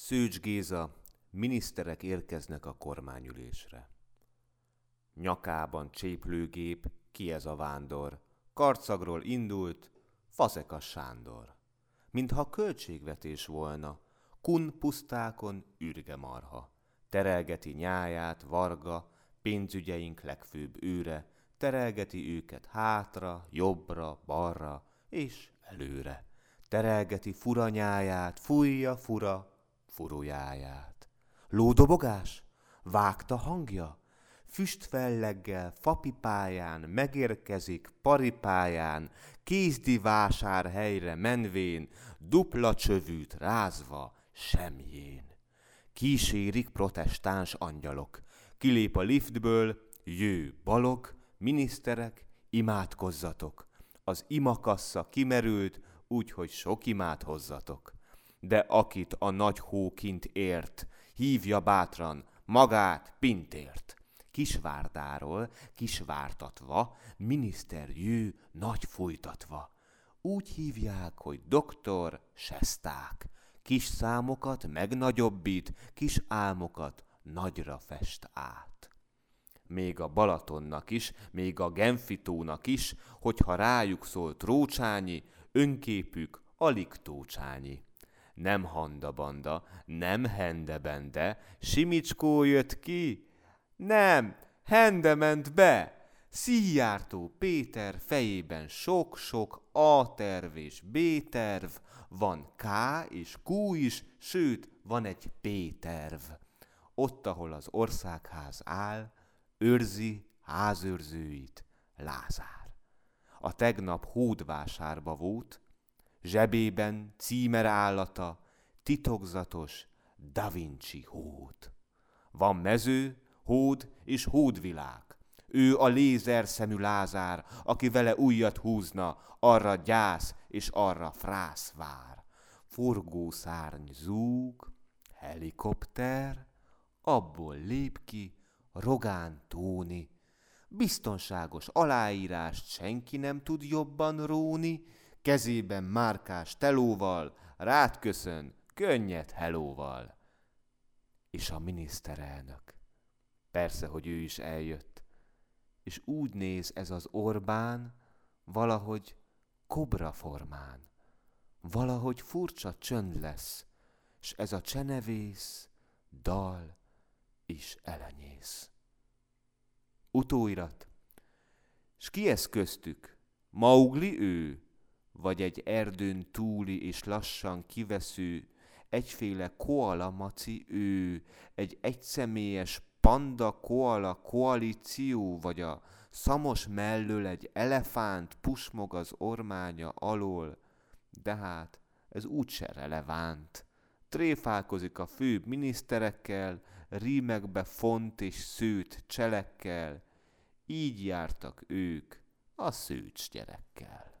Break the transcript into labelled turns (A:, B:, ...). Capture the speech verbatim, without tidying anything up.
A: Szőcs Géza, miniszterek érkeznek a kormányülésre. Nyakában cséplőgép, ki ez a vándor? Karcagról indult, Fazekas Sándor. Mintha költségvetés volna, kun pusztákon ürge marha. Terelgeti nyáját Varga, pénzügyeink legfőbb őre, terelgeti őket hátra, jobbra, balra és előre. Terelgeti fura nyáját, fújja fura furujáját. Lódobogás? Vágta hangja? Füstfelleggel, fapipáján megérkezik paripáján, kézdi vásárhelyre menvén, dupla csövűt rázva semjén. Kísérik protestáns angyalok, kilép a liftből, jő balog, miniszterek, imádkozzatok. Az imakassza kimerült, úgyhogy sok imát hozzatok. De akit a nagy hó kint ért, hívja bátran magát Pintért. Kisvárdáról, kisvártatva, miniszter jő nagy folytatva. Úgy hívják, hogy doktor Sesták. Kis számokat megnagyobbít, kis álmokat nagyra fest át. Még a Balatonnak is, még a Genfitónak is, hogyha rájuk szól Trócsányi, önképük alig Tócsányi. Nem handabanda, nem hendebende, Simicskó jött ki, nem, Hende ment be. Szijjártó Péter fejében sok-sok A-terv és B-terv, van K és Q is, sőt, van egy P-terv. Ott, ahol az országház áll, őrzi házőrzőit Lázár. A tegnap hódvásárba volt, zsebében címer állata, titokzatos Da Vinci hód. Van mező, hód és hódvilág. Ő a lézerszemű Lázár, aki vele ujjat húzna, arra gyász és arra frász vár. Forgószárny zúg, helikopter, abból lép ki Rogán Tóni. Biztonságos aláírást senki nem tud jobban róni, kezében márkás telóval, rád köszön, könnyed helóval. És a miniszterelnök. Persze, hogy ő is eljött. És úgy néz ez az Orbán, valahogy kobra formán. Valahogy furcsa csönd lesz, s ez a csenevész, dal is elenyész. Utóirat. S ki ez köztük? Maugli ő? Vagy egy erdőn túli és lassan kivesző, egyféle koala maci ő, egy egyszemélyes panda-koala koalíció, vagy a szamos mellől egy elefánt pusmog az ormánya alól, de hát ez úgyse relevánt. Tréfálkozik a főbb miniszterekkel, rímekbe font és szőtt cselekkel, így jártak ők a Szőcs gyerekkel.